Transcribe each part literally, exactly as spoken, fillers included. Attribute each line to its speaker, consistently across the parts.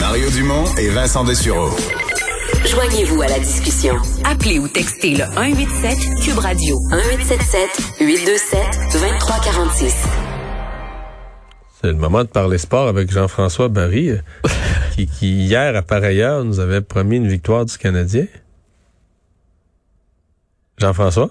Speaker 1: Mario Dumont et Vincent Dessureau.
Speaker 2: Joignez-vous à la discussion. Appelez ou textez le un huit sept Cube Radio un huit sept sept huit deux sept deux trois quatre six.
Speaker 3: C'est le moment de parler sport avec Jean-François Barry, qui, qui hier, à pareille heure, nous avait promis une victoire du Canadien. Jean-François?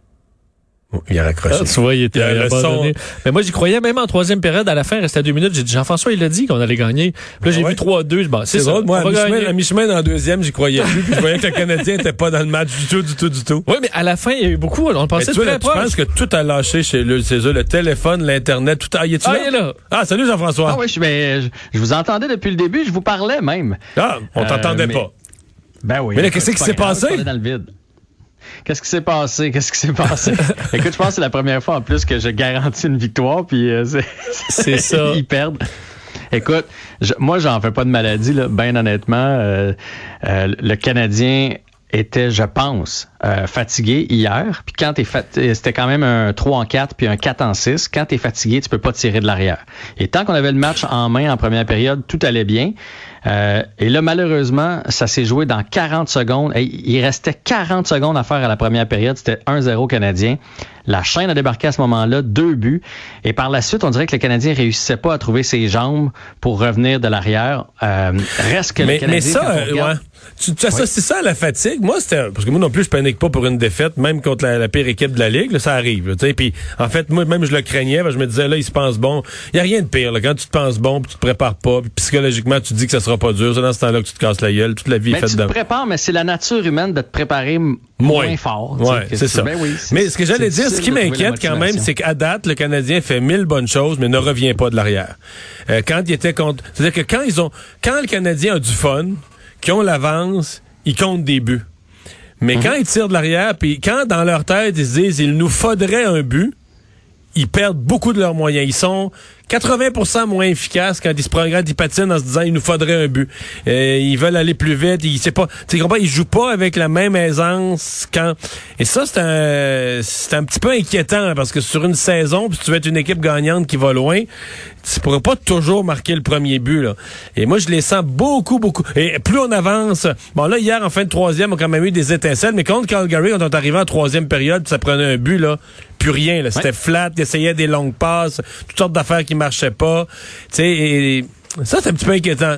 Speaker 3: Oh, il a raccroché.
Speaker 4: Ah, tu vois, il était il
Speaker 3: a
Speaker 4: abandonné. Son... Mais moi, j'y croyais même en troisième période. À la fin, il restait deux minutes. J'ai dit, Jean-François, il l'a dit qu'on allait gagner. Puis là, j'ai ah ouais. vu trois à deux. Bon, c'est, c'est ça. Drôle.
Speaker 3: Moi, à mi-chemin, à mi-chemin dans le deuxième, j'y croyais plus. Puis je voyais que le Canadien n'était pas dans le match du tout, du tout, du tout.
Speaker 4: Oui, mais à la fin, il y a eu beaucoup. On pensait
Speaker 3: tu
Speaker 4: très proche.
Speaker 3: Je pense que tout a lâché chez eux. C'est eux, le téléphone, l'Internet, tout a... Il est-tu
Speaker 4: ah,
Speaker 3: là?
Speaker 4: il est là.
Speaker 3: Ah, salut Jean-François.
Speaker 5: Ah oui, je, mais, je, je vous entendais depuis le début. Je vous parlais même.
Speaker 3: Ah, on t'entendait euh, mais...
Speaker 5: pas. Ben oui.
Speaker 3: Mais là, qu'est-ce qui s'est passé?
Speaker 5: On est dans le vide. Qu'est-ce qui s'est passé? Qu'est-ce qui s'est passé? Écoute, je pense que c'est la première fois en plus que je garantis une victoire, puis euh, c'est,
Speaker 4: c'est ça.
Speaker 5: Ils perdent. Écoute, je, moi, j'en fais pas de maladie, là, bien honnêtement. Euh, euh, le Canadien était, je pense, euh, fatigué hier. Puis quand t'es fatigué, c'était quand même un trois en quatre puis un quatre en six. Quand t'es fatigué, tu peux pas tirer de l'arrière. Et tant qu'on avait le match en main en première période, tout allait bien. Euh, et là, malheureusement, ça s'est joué dans quarante secondes. Et il restait quarante secondes à faire à la première période. C'était un zéro Canadien. La chaîne a débarqué à ce moment-là, deux buts. Et par la suite, on dirait que le Canadien réussissait pas à trouver ses jambes pour revenir de l'arrière. Euh, reste que
Speaker 3: mais,
Speaker 5: le Canadien...
Speaker 3: Mais ça, regarde... ouais. Tu, tu associes oui. ça à la fatigue. Moi, c'était... Parce que moi non plus, je panique pas pour une défaite, même contre la, la pire équipe de la Ligue. Là, ça arrive. Puis, en fait, moi, même je le craignais. Parce que je me disais, là, il se pense bon. Il y a rien de pire. Là, quand tu te penses bon, puis tu te prépares pas, puis psychologiquement, tu te dis que ça sera pas dur. C'est dans ce temps-là que tu te casses la gueule. Toute la vie
Speaker 5: mais
Speaker 3: est faite
Speaker 5: tu
Speaker 3: de...
Speaker 5: te prépares, mais c'est la nature humaine de te préparer m- moins. moins fort.
Speaker 3: Ouais, c'est ça.
Speaker 5: Ben oui, c'est,
Speaker 3: mais ce que j'allais dire, ce qui m'inquiète quand même, c'est qu'à date, le Canadien fait mille bonnes choses, mais ne revient pas de l'arrière. Euh, quand il était contre... C'est-à-dire que quand ils ont... Quand le Canadien a du fun, qu'ils ont l'avance, ils comptent des buts. Mais mm-hmm. quand ils tirent de l'arrière, puis quand dans leur tête, ils se disent, il nous faudrait un but, ils perdent beaucoup de leurs moyens. Ils sont quatre-vingts pour cent moins efficaces quand ils se progressent, ils patinent en se disant, il nous faudrait un but. Euh, ils veulent aller plus vite. Ils, c'est pas, tu comprends, ils jouent pas avec la même aisance quand, et ça, c'est un, c'est un petit peu inquiétant parce que sur une saison, puis si tu veux être une équipe gagnante qui va loin, tu pourras pas toujours marquer le premier but, là. Et moi, je les sens beaucoup, beaucoup. Et plus on avance, bon, là, hier, en fin de troisième, on a quand même eu des étincelles, mais contre Calgary, quand on est arrivé en troisième période, ça prenait un but, là, plus rien, là. C'était ouais. flat, ils essayaient des longues passes, toutes sortes d'affaires qui marchaient pas. Tu sais, et ça, c'est un petit peu inquiétant.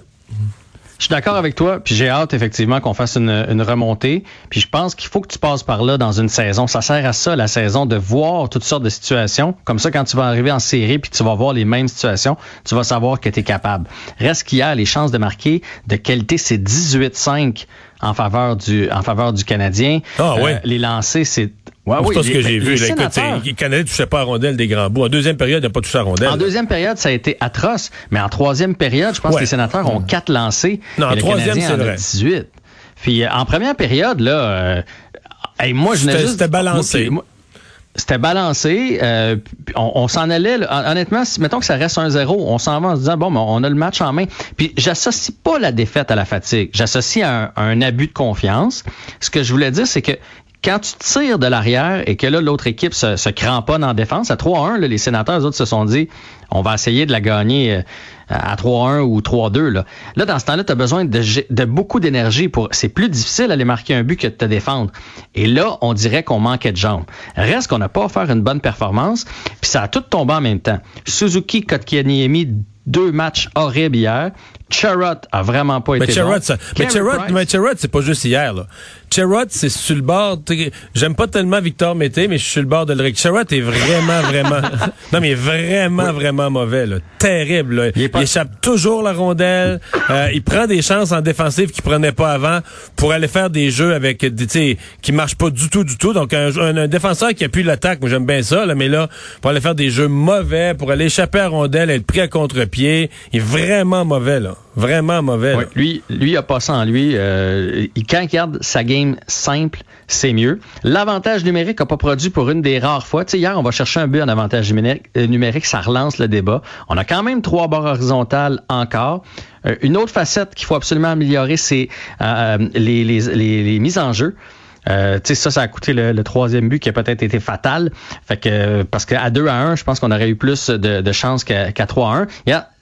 Speaker 5: Je suis d'accord avec toi, puis j'ai hâte effectivement qu'on fasse une, une remontée. Puis je pense qu'il faut que tu passes par là dans une saison. Ça sert à ça, la saison, de voir toutes sortes de situations. Comme ça, quand tu vas arriver en série puis tu vas voir les mêmes situations, tu vas savoir que tu es capable. Reste qu'hier, les chances de marquer de qualité, c'est dix-huit cinq en faveur du en faveur du Canadien.
Speaker 3: Ah ouais. Euh,
Speaker 5: les lancers, c'est... Ouais,
Speaker 3: c'est
Speaker 5: oui,
Speaker 3: pas ce que
Speaker 5: les,
Speaker 3: j'ai vu. Là, écoute, le Canadien ne touchait pas à rondelle des grands bouts. En deuxième période, il n'a pas touché à rondelle.
Speaker 5: En
Speaker 3: là.
Speaker 5: deuxième période, ça a été atroce. Mais en troisième période, je pense ouais. que les Sénateurs ont quatre lancés.
Speaker 3: Non, en troisième, c'est vrai.
Speaker 5: dix-huit. Puis euh, en première période, là, euh, hey, moi, je n'ai juste...
Speaker 3: C'était balancé.
Speaker 5: Moi, C'était balancé. Euh, on, on s'en allait. Là, honnêtement, si, mettons que ça reste un zéro, on s'en va en se disant, bon, ben, on a le match en main. Puis j'associe pas la défaite à la fatigue. J'associe à un, à un abus de confiance. Ce que je voulais dire, c'est que quand tu tires de l'arrière et que là, l'autre équipe se, se cramponne en défense, à trois un, là, les Sénateurs, eux autres, se sont dit, on va essayer de la gagner à trois un ou trois deux. Là, là dans ce temps-là, tu as besoin de, de beaucoup d'énergie. pour. C'est plus difficile d'aller marquer un but que de te défendre. Et là, on dirait qu'on manquait de jambes. Reste qu'on n'a pas offert une bonne performance, puis ça a tout tombé en même temps. Suzuki, Kotkaniemi, deux matchs horribles hier. Sherrod a vraiment pas été
Speaker 3: mais Sherrod,
Speaker 5: bon.
Speaker 3: Ça, mais Sherrod, mais Sherrod, c'est pas juste hier, là. Sherrod, c'est sur le bord. J'aime pas tellement Victor Mété, mais je suis sur le bord de le rec. Sherrod est vraiment, vraiment. non, mais vraiment, oui. vraiment mauvais, là. Terrible, là. Il, pas... il échappe toujours la rondelle. Euh, il prend des chances en défensive qu'il prenait pas avant pour aller faire des jeux avec, tu sais, qui marchent pas du tout, du tout. Donc, un, un, un défenseur qui appuie l'attaque, moi, j'aime bien ça, là, mais là, pour aller faire des jeux mauvais, pour aller échapper à la rondelle, être pris à contre-pied, il est vraiment mauvais, là. Vraiment mauvais.
Speaker 5: Oui, lui, lui, il a pas ça en lui. Euh, il, quand il garde sa game simple, c'est mieux. L'avantage numérique n'a pas produit pour une des rares fois. Tu sais, hier, on va chercher un but en avantage numérique, euh, numérique, ça relance le débat. On a quand même trois barres horizontales encore. Euh, une autre facette qu'il faut absolument améliorer, c'est euh, les, les, les, les mises en jeu. Euh, tu sais, ça, ça a coûté le, le troisième but qui a peut-être été fatal. Fait que, parce qu'à deux à un, je pense qu'on aurait eu plus de, de chances qu'à, qu'à trois à un. Il y a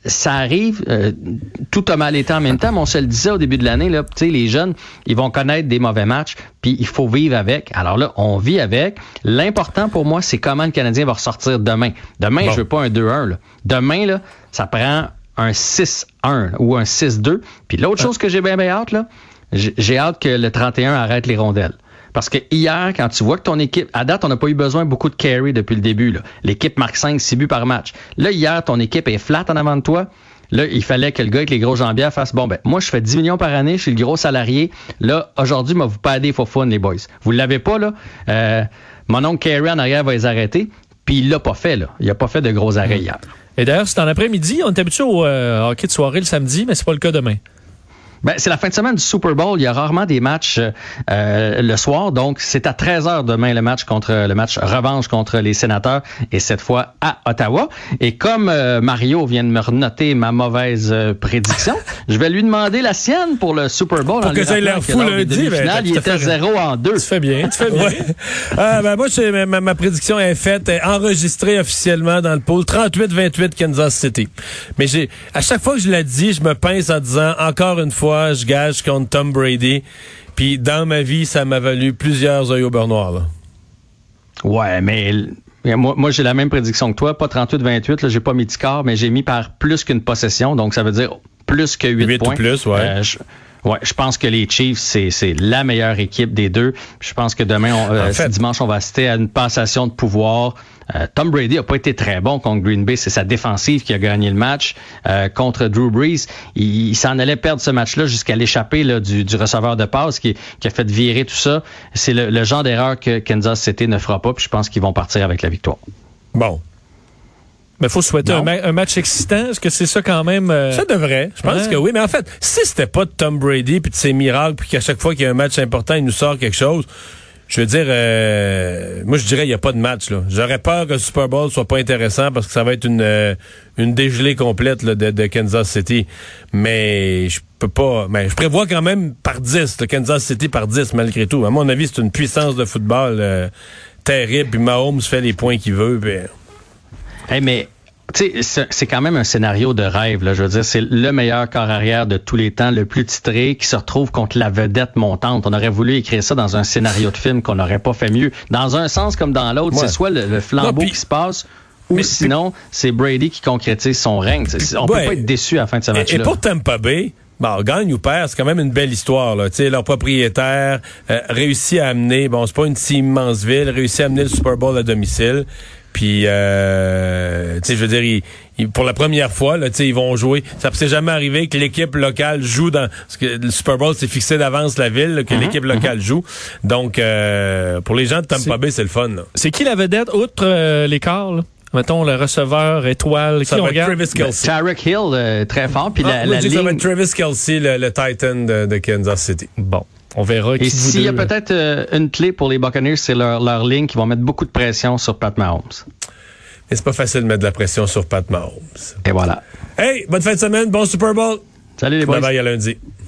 Speaker 5: ça arrive, euh, tout a mal été en même temps, mais on se le disait au début de l'année, là, tu sais, les jeunes, ils vont connaître des mauvais matchs, puis il faut vivre avec. Alors là, on vit avec. L'important pour moi, c'est comment le Canadien va ressortir demain. Demain, bon. Je veux pas un deux un, là. Demain, là, ça prend un six un là, ou un six deux. Puis l'autre ah. chose que j'ai bien, bien hâte, là, j'ai, j'ai hâte que le trente et un arrête les rondelles. Parce que hier, quand tu vois que ton équipe, à date, on n'a pas eu besoin beaucoup de carry depuis le début, là. L'équipe marque cinq six buts par match. Là, hier, ton équipe est flat en avant de toi. Là, il fallait que le gars avec les gros jambières fasse, bon, ben, moi, je fais dix millions par année, je suis le gros salarié. Là, aujourd'hui, moi, vous padez for fun, les boys. Vous l'avez pas, là. Euh, mon oncle Carey en arrière va les arrêter. Puis il l'a pas fait, là. Il a pas fait de gros arrêts hier. Et
Speaker 4: d'ailleurs, c'est en après-midi. On est habitué au euh, hockey de soirée le samedi, mais c'est pas le cas demain.
Speaker 5: Ben, c'est la fin de semaine du Super Bowl. Il y a rarement des matchs euh, le soir. Donc, c'est à treize heures demain le match contre le match revanche contre les Sénateurs et cette fois à Ottawa. Et comme euh, Mario vient de me renoter ma mauvaise euh, prédiction, je vais lui demander la sienne pour le Super Bowl.
Speaker 3: Pour que ça ait l'air fou lundi.
Speaker 5: Ben, il était zéro en deux.
Speaker 4: Tu fais bien, tu fais bien.
Speaker 3: Ouais. ah, ben, moi, je, ma, ma prédiction est faite, est enregistrée officiellement dans le pool. trente-huit vingt-huit Kansas City. Mais j'ai, à chaque fois que je la dis, je me pince en disant encore une fois, je gage contre Tom Brady. Puis dans ma vie, ça m'a valu plusieurs œils au beurre noir. Là.
Speaker 5: Ouais, mais moi, moi j'ai la même prédiction que toi. Pas trente-huit vingt-huit, là, j'ai pas mis de score, mais j'ai mis par plus qu'une possession. Donc, ça veut dire plus que huit, huit points.
Speaker 3: Ou plus, ouais. Euh, je,
Speaker 5: ouais, je pense que les Chiefs, c'est, c'est la meilleure équipe des deux. Je pense que demain, on, euh, fait, dimanche, on va assister à une passation de pouvoir. Euh, Tom Brady a pas été très bon contre Green Bay. C'est sa défensive qui a gagné le match euh, contre Drew Brees. Il, il s'en allait perdre ce match-là jusqu'à l'échappée là, du, du receveur de passe qui, qui a fait virer tout ça. C'est le, le genre d'erreur que Kansas City ne fera pas. Puis je pense qu'ils vont partir avec la victoire.
Speaker 3: Bon.
Speaker 4: Mais il faut souhaiter un, ma- un match excitant. Est-ce que c'est ça quand même? Euh...
Speaker 3: Ça devrait. Je pense ouais. que oui. Mais en fait, si c'était pas de Tom Brady puis de ses miracles puis qu'à chaque fois qu'il y a un match important, il nous sort quelque chose... Je veux dire, euh, moi je dirais il n'y a pas de match là. J'aurais peur que le Super Bowl soit pas intéressant parce que ça va être une euh, une dégelée complète là, de, de Kansas City. Mais je peux pas. Mais je prévois quand même par dix, le Kansas City par dix malgré tout. À mon avis, c'est une puissance de football euh, terrible. Puis Mahomes fait les points qu'il veut. Puis...
Speaker 5: Hey, mais tu sais, c'est quand même un scénario de rêve. Là. Je veux dire, c'est le meilleur corps arrière de tous les temps, le plus titré, qui se retrouve contre la vedette montante. On aurait voulu écrire ça dans un scénario de film qu'on n'aurait pas fait mieux. Dans un sens comme dans l'autre, ouais. c'est soit le, le flambeau non, pis, qui se passe, ou mais, sinon, pis, c'est Brady qui concrétise son règne. On ouais, peut pas être déçu à la fin de ce match-là.
Speaker 3: Et pour Tampa Bay, bon, gagne ou perd, c'est quand même une belle histoire. Là. T'sais, leur propriétaire euh, réussit à amener, bon, c'est pas une si immense ville, réussit à amener le Super Bowl à domicile. Puis, euh, tu sais, je veux dire, ils, ils, pour la première fois, là, tu sais, ils vont jouer. Ça ne s'est jamais arrivé que l'équipe locale joue dans... Parce que le Super Bowl, c'est fixé d'avance la ville, là, que mm-hmm. l'équipe locale mm-hmm. joue. Donc, euh, pour les gens de Tampa Bay, c'est le fun. Là.
Speaker 4: C'est qui la vedette, outre euh, les quarts, là? Mettons, le receveur étoile.
Speaker 3: Ça
Speaker 4: qui
Speaker 3: va
Speaker 4: on
Speaker 3: être Travis Kelce.
Speaker 5: Tarek Hill, euh, très fort. Puis
Speaker 3: ah,
Speaker 5: la, la ligne...
Speaker 3: Ça va être Travis Kelce, le, le Titan de, de Kansas City.
Speaker 4: Bon. On verra.
Speaker 5: Et s'il y a peut-être euh, une clé pour les Buccaneers, c'est leur, leur ligne qui vont mettre beaucoup de pression sur Pat Mahomes.
Speaker 3: Et c'est pas facile de mettre de la pression sur Pat Mahomes.
Speaker 5: Et voilà.
Speaker 3: Hey, bonne fin de semaine, bon Super Bowl.
Speaker 5: Salut les boys.
Speaker 3: Bye bye à lundi.